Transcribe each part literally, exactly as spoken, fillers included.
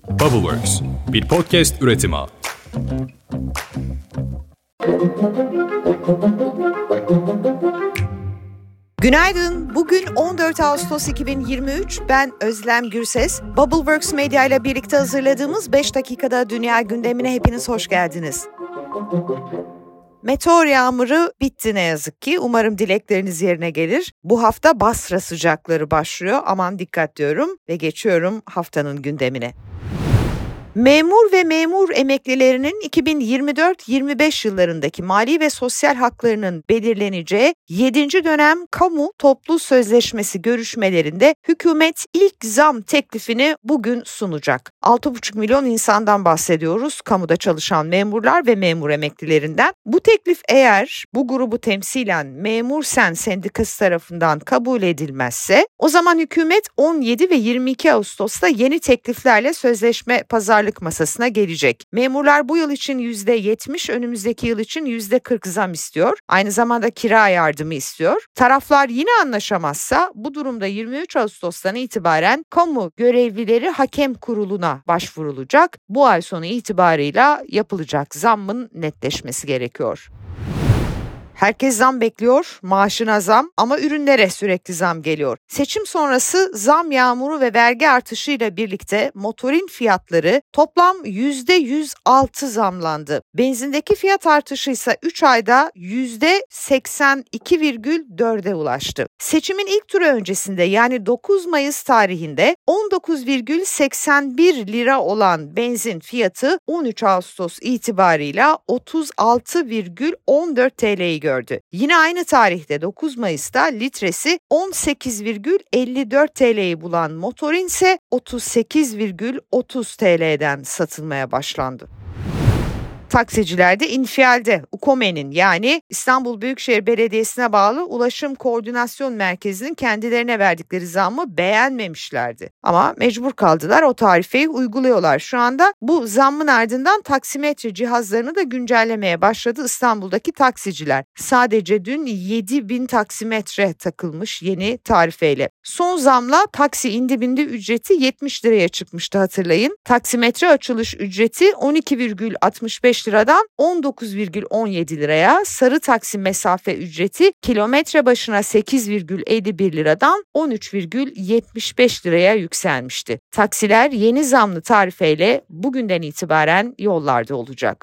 Bubbleworks, bir podcast üretimi. Günaydın. Bugün on dört Ağustos iki bin yirmi üç. Ben Özlem Gürses. Bubbleworks Medya ile birlikte hazırladığımız beş dakikada dünya gündemine hepiniz hoş geldiniz. Meteor yağmuru bitti ne yazık ki. Umarım dilekleriniz yerine gelir. Bu hafta Basra sıcakları başlıyor. Aman dikkat diyorum ve geçiyorum haftanın gündemine. Memur ve memur emeklilerinin iki bin yirmi dört yirmi beş yıllarındaki mali ve sosyal haklarının belirleneceği yedinci dönem kamu toplu sözleşmesi görüşmelerinde hükümet ilk zam teklifini bugün sunacak. altı buçuk milyon insandan bahsediyoruz, kamuda çalışan memurlar ve memur emeklilerinden. Bu teklif eğer bu grubu temsilen Memur Sen Sendikası tarafından kabul edilmezse o zaman hükümet on yedi ve yirmi iki Ağustos'ta yeni tekliflerle sözleşme pazarlığı masasına gelecek. Memurlar bu yıl için yüzde yetmiş, önümüzdeki yıl için yüzde kırk zam istiyor. Aynı zamanda kira yardımı istiyor. Taraflar yine anlaşamazsa bu durumda yirmi üç Ağustos'tan itibaren kamu görevlileri hakem kuruluna başvurulacak. Bu ay sonu itibarıyla yapılacak zammın netleşmesi gerekiyor. Herkes zam bekliyor, maaşına zam ama ürünlere sürekli zam geliyor. Seçim sonrası zam yağmuru ve vergi artışıyla birlikte motorin fiyatları toplam yüzde yüz altı zamlandı. Benzindeki fiyat artışı ise üç ayda yüzde seksen iki virgül dörde ulaştı. Seçimin ilk turu öncesinde yani dokuz Mayıs tarihinde on dokuz virgül seksen bir lira olan benzin fiyatı on üç Ağustos itibarıyla otuz altı virgül on dört T L'yi gördü. gördü. Yine aynı tarihte dokuz Mayıs'ta litresi on sekiz virgül elli dört T L'yi bulan motorin ise otuz sekiz virgül otuz T L'den satılmaya başlandı. Taksiciler de infialde. UKOME'nin yani İstanbul Büyükşehir Belediyesi'ne bağlı Ulaşım Koordinasyon Merkezi'nin kendilerine verdikleri zammı beğenmemişlerdi. Ama mecbur kaldılar, o tarifeyi uyguluyorlar. Şu anda bu zammın ardından taksimetre cihazlarını da güncellemeye başladı İstanbul'daki taksiciler. Sadece dün yedi bin taksimetre takılmış yeni tarifeyle. Son zamla taksi indi bindi ücreti yetmiş liraya çıkmıştı, hatırlayın. Taksimetre açılış ücreti on iki virgül altmış beş liradan on dokuz virgül on yedi liraya, sarı taksi mesafe ücreti kilometre başına sekiz virgül elli bir liradan on üç virgül yetmiş beş liraya yükselmişti. Taksiler yeni zamlı tarifeyle bugünden itibaren yollarda olacak.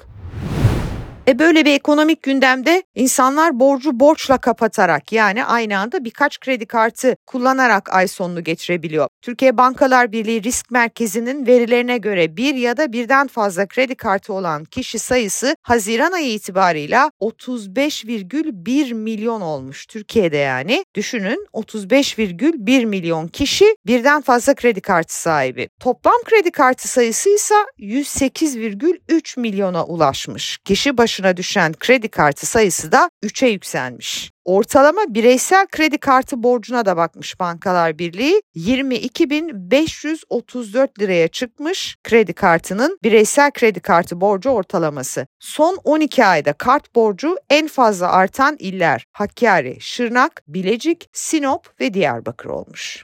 E böyle bir ekonomik gündemde insanlar borcu borçla kapatarak yani aynı anda birkaç kredi kartı kullanarak ay sonunu geçirebiliyor. Türkiye Bankalar Birliği Risk Merkezi'nin verilerine göre bir ya da birden fazla kredi kartı olan kişi sayısı Haziran ayı itibarıyla otuz beş virgül bir milyon olmuş Türkiye'de yani. Düşünün, otuz beş virgül bir milyon kişi birden fazla kredi kartı sahibi. Toplam kredi kartı sayısı ise yüz sekiz virgül üç milyona ulaşmış. Kişi başı düşen kredi kartı sayısı da üçe yükselmiş. Ortalama bireysel kredi kartı borcuna da bakmış Bankalar Birliği. yirmi iki bin beş yüz otuz dört liraya çıkmış kredi kartının bireysel kredi kartı borcu ortalaması. Son on iki ayda kart borcu en fazla artan iller Hakkari, Şırnak, Bilecik, Sinop ve Diyarbakır olmuş.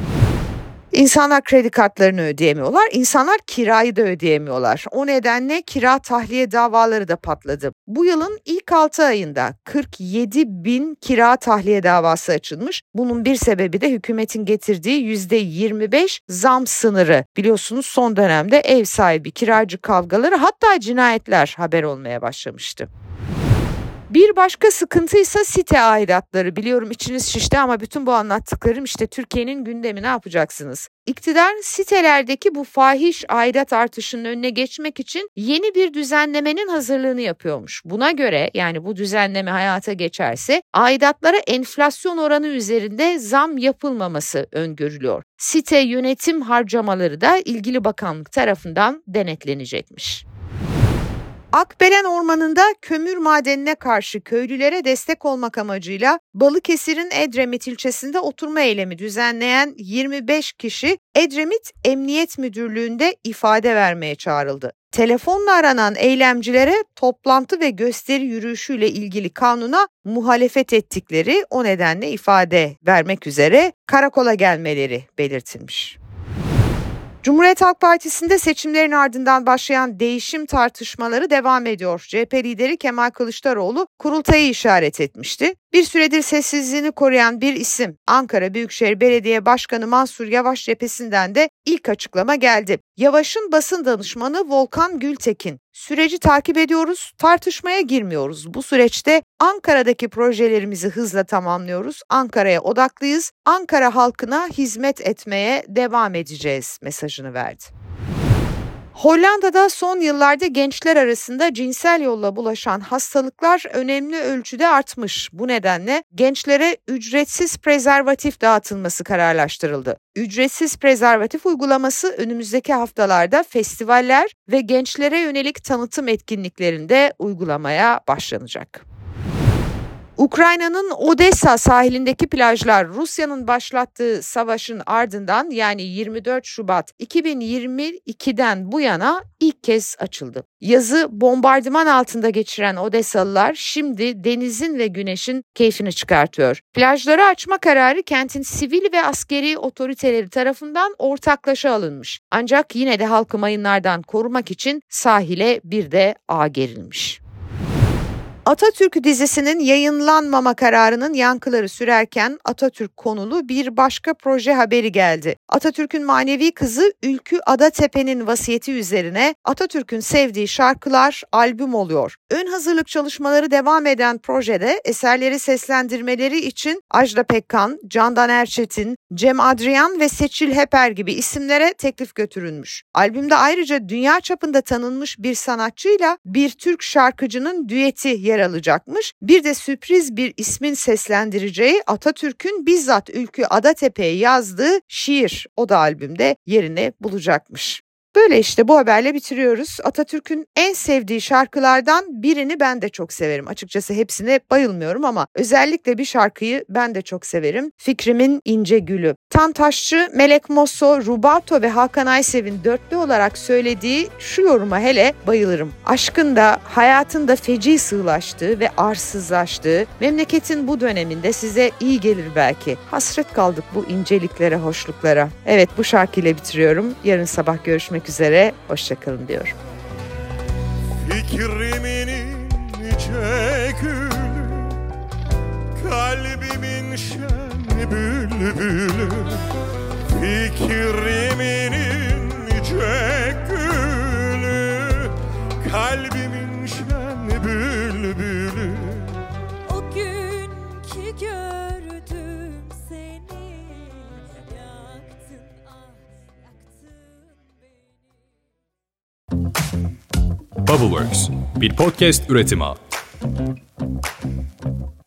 İnsanlar kredi kartlarını ödeyemiyorlar, insanlar kirayı da ödeyemiyorlar. O nedenle kira tahliye davaları da patladı. Bu yılın ilk altı ayında kırk yedi bin kira tahliye davası açılmış. Bunun bir sebebi de hükümetin getirdiği yüzde yirmi beş zam sınırı. Biliyorsunuz son dönemde ev sahibi kiracı kavgaları, hatta cinayetler haber olmaya başlamıştı. Bir başka sıkıntı ise site aidatları. Biliyorum içiniz şişti ama bütün bu anlattıklarım işte Türkiye'nin gündemi, ne yapacaksınız? İktidar sitelerdeki bu fahiş aidat artışının önüne geçmek için yeni bir düzenlemenin hazırlığını yapıyormuş. Buna göre yani bu düzenleme hayata geçerse aidatlara enflasyon oranı üzerinde zam yapılmaması öngörülüyor. Site yönetim harcamaları da ilgili bakanlık tarafından denetlenecekmiş. Akbelen Ormanı'nda kömür madenine karşı köylülere destek olmak amacıyla Balıkesir'in Edremit ilçesinde oturma eylemi düzenleyen yirmi beş kişi Edremit Emniyet Müdürlüğü'nde ifade vermeye çağrıldı. Telefonla aranan eylemcilere toplantı ve gösteri yürüyüşüyle ilgili kanuna muhalefet ettikleri, o nedenle ifade vermek üzere karakola gelmeleri belirtilmiş. Cumhuriyet Halk Partisi'nde seçimlerin ardından başlayan değişim tartışmaları devam ediyor. C H P lideri Kemal Kılıçdaroğlu kurultayı işaret etmişti. Bir süredir sessizliğini koruyan bir isim Ankara Büyükşehir Belediye Başkanı Mansur Yavaş cephesinden de ilk açıklama geldi. Yavaş'ın basın danışmanı Volkan Gültekin, "Süreci takip ediyoruz, tartışmaya girmiyoruz. Bu süreçte Ankara'daki projelerimizi hızla tamamlıyoruz. Ankara'ya odaklıyız. Ankara halkına hizmet etmeye devam edeceğiz" mesajını verdi. Hollanda'da son yıllarda gençler arasında cinsel yolla bulaşan hastalıklar önemli ölçüde artmış. Bu nedenle gençlere ücretsiz prezervatif dağıtılması kararlaştırıldı. Ücretsiz prezervatif uygulaması önümüzdeki haftalarda festivaller ve gençlere yönelik tanıtım etkinliklerinde uygulamaya başlanacak. Ukrayna'nın Odessa sahilindeki plajlar Rusya'nın başlattığı savaşın ardından yani yirmi dört Şubat iki bin yirmi ikiden bu yana ilk kez açıldı. Yazı bombardıman altında geçiren Odessalılar şimdi denizin ve güneşin keyfini çıkartıyor. Plajları açma kararı kentin sivil ve askeri otoriteleri tarafından ortaklaşa alınmış. Ancak yine de halkı mayınlardan korumak için sahile bir de ağ gerilmiş. Atatürk dizisinin yayınlanmama kararının yankıları sürerken Atatürk konulu bir başka proje haberi geldi. Atatürk'ün manevi kızı Ülkü Adatepe'nin vasiyeti üzerine Atatürk'ün sevdiği şarkılar albüm oluyor. Ön hazırlık çalışmaları devam eden projede eserleri seslendirmeleri için Ajda Pekkan, Candan Erçetin, Cem Adrian ve Seçil Heper gibi isimlere teklif götürülmüş. Albümde ayrıca dünya çapında tanınmış bir sanatçıyla bir Türk şarkıcının düeti yer alacakmış. Bir de sürpriz bir ismin seslendireceği Atatürk'ün bizzat Ülkü Adatepe'ye yazdığı şiir o da albümde yerini bulacakmış. Böyle işte bu haberle bitiriyoruz. Atatürk'ün en sevdiği şarkılardan birini ben de çok severim. Açıkçası hepsine bayılmıyorum ama özellikle bir şarkıyı ben de çok severim. Fikrimin İnce Gülü. Tan Taşçı, Melek Mosso, Rubato ve Hakan Aysev'in dörtlü olarak söylediği şu yoruma hele bayılırım. Aşkın da hayatın da feci sığlaştığı ve arsızlaştığı memleketin bu döneminde size iyi gelir belki. Hasret kaldık bu inceliklere, hoşluklara. Evet, bu şarkıyla bitiriyorum. Yarın sabah görüşmek üzere, hoşçakalın diyorum. Fikrimin ince gülü, kalbimin şen bülbülü. Fikrimin ince gülü, kalbimin şen bülbülü. O gün ki gördüm seni, yaktın ah yaktın beni. Bubbleworks, bir podcast üretimi.